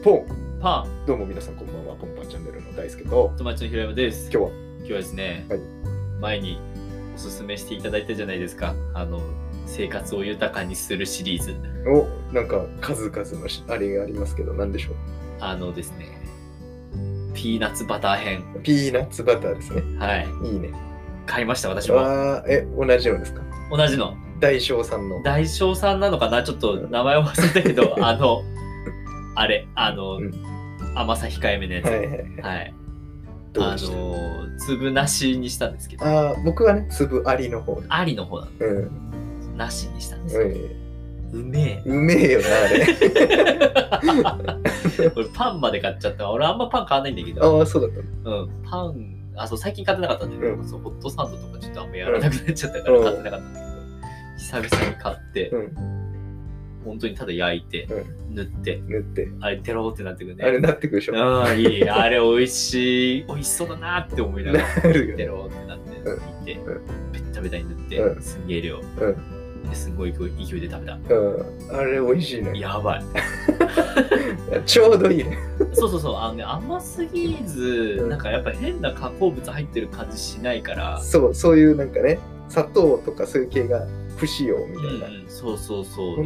ポン。 パン。 どうも皆さんこんばんは。ポンパンチャンネルの大輔と、 友達の平山です。 今日はですね、 はい、 前におすすめしていただいたじゃないですか。生活を豊かにするシリーズ。 なんか数々のあれがありますけど、何でしょう。 ですね、ピーナッツバター編。 ピーナッツバターですね。 はい。 いいね。 買いました、私も。 同じのですか？ 同じの。 大正さんの。 大正さんなのかな、ちょっと名前を忘れたけど、あれ、甘さ控えめのやつ。はい。 どうでした？ 粒なしにしたんですけど。 僕はね、粒ありの方。 ありの方なの。なしにしたんですよ。うめえよな、あれ。これパンまで買っちゃった。俺あんまパン買わないんだけど。 そうだったの。パン、最近買ってなかったんだけど、ホットサンドとかちょっとあんまやらなくなっちゃったから買ってなかったんだけど、久々に買って、本当にただ焼いて、塗って、あれテロってなってくるね。 あれなってくるでしょ。 いい。あれ美味しそうだなって思いながら、テロってなって見て、ベッタベタに塗って、すんげえ量。すごい勢いで食べた。 あれ美味しいね。 やばい。 ちょうどいいね。 そう。甘すぎず、なんかやっぱ変な加工物入ってる感じしないから。 そういうなんかね、砂糖とかそういう系が不使用みたいな。 そう。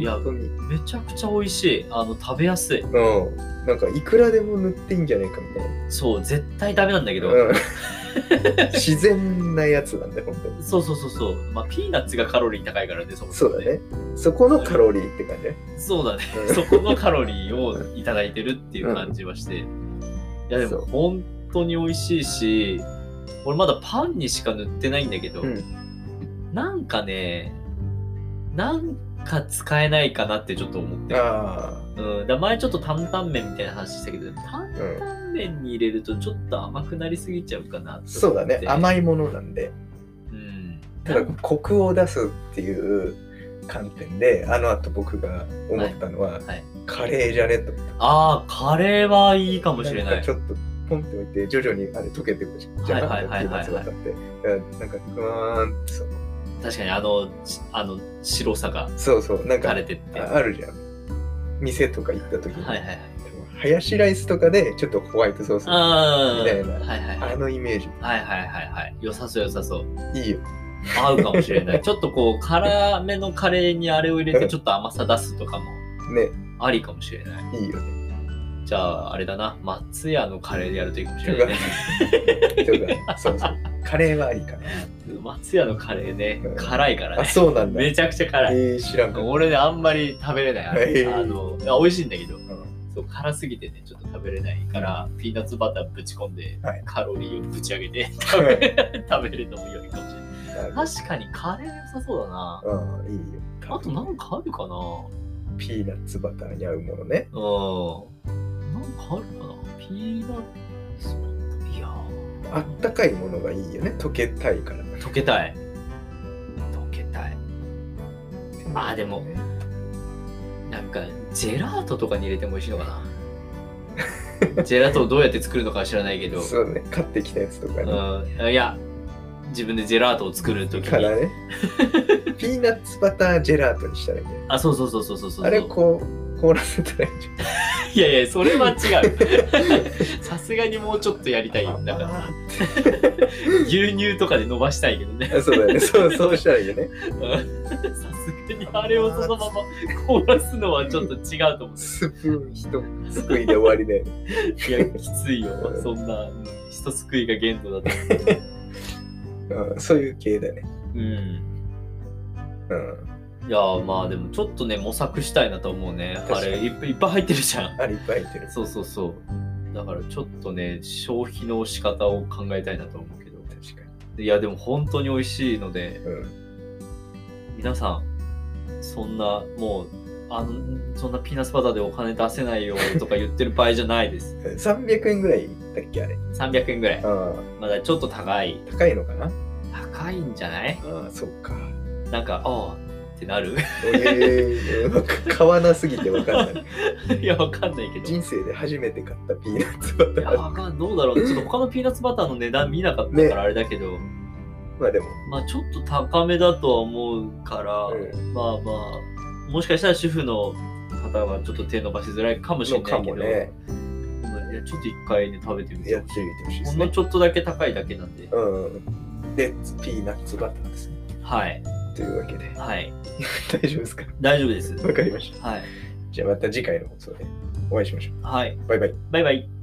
いや、 めちゃくちゃ美味しい。食べやすい。 なんかいくらでも塗っていいんじゃないかみたいな。 そう、絶対ダメなんだけど。 自然なやつなんだよ、本当に。 そう。ピーナッツがカロリー高いからね、 そうだね。そこのカロリーって感じね。 そうだね。そこのカロリーをいただいてるっていう感じはして。いや、でも本当に美味しいし、俺まだパンにしか塗ってないんだけど、なんかね、なんか使えないかなってちょっと思ってる。前ちょっと担々麺みたいな話したけど、担々麺に入れるとちょっと甘くなりすぎちゃうかなって。 そうだね。甘いものなんで。ただコクを出すっていう観点で、後僕が思ったのは、カレーじゃねと。 カレーはいいかもしれない。 なんかちょっとポンって置いて徐々にあれ溶けていくじゃん。ピーナッツバターって。なんかふわーんって確かに白さがなんか垂れてってあるじゃん。店とか行った時に、ハヤシライスとかでちょっとホワイトソースみたいなイメージ。 良さそう。 いいよ。 合うかもしれない。ちょっとこう辛めのカレーにあれを入れてちょっと甘さ出すとかもありかもしれない。 いいよね。 じゃああれだな、松屋のカレーでやるといいかもしれないね。 そう。カレーはありかな。 松屋のカレーね、辛いからね。 そうなんだ。 めちゃくちゃ辛い。 知らんかった。 俺ね、あんまり食べれない。美味しいんだけど、辛すぎてね、ちょっと食べれないから、ピーナッツバターぶち込んで、カロリーをぶち上げて食べるのも良いかもしれない。確かにカレー良さそうだな。 いいよ。 あとなんかあるかな？ ピーナッツバターに合うものね。 なんかあるかな？ピーナッツバター。いやあったかいものがいいよね。溶けたいから。 溶けたい。でも、なんか、ジェラートとかに入れても美味しいのかな。ジェラートをどうやって作るのかは知らないけど。 そうね、買ってきたやつとかね。 いや、自分でジェラートを作るときに。 からね。ピーナッツバタージェラートにしたらいいね。 そう。 あれを凍らせたらいいんじゃん。 いや、それは違う。さすがにもうちょっとやりたいよ。なんか牛乳とかで伸ばしたいけどね。 そうだよね。そうしたらいいよね。 さすがにあれをそのまま凍らすのはちょっと違うと思う。 スプーン一すくいで終わりだよね。 いや、きついよ。そんな、一すくいが限度だと思う。 そういう系だね。 いやでもちょっとね模索したいなと思うね。あれいっぱい入ってるじゃん。 あれいっぱい入ってる。 そうだからちょっとね消費の仕方を考えたいなと思うけど。 確かに。 いやでも本当に美味しいので、皆さんそんなもうそんなピーナッツバターでお金出せないよとか言ってる場合じゃないです。 300円ぐらいだっけあれ。 300円ぐらい。まだちょっと高いのかな。 高いんじゃない？ そうか。 なんかってなる？ 買わなすぎて分かんない。 いや分かんないけど。 人生で初めて買ったピーナッツバター。 いやどうだろう。ちょっと他のピーナッツバターの値段見なかったからあれだけど。 でも。 ちょっと高めだとは思うから、もしかしたら主婦の方はちょっと手伸ばしづらいかもしれないけど、ね、いやちょっと一回ね食べてみてやってみてほしいですね。 ほんのちょっとだけ高いだけなんで。 でピーナッツバターですね。 はい。 というわけで。 はい。 大丈夫ですか？ 大丈夫です。 わかりました。 はい。 じゃあまた次回の放送でお会いしましょう。 はい。 バイバイ。 バイバイ。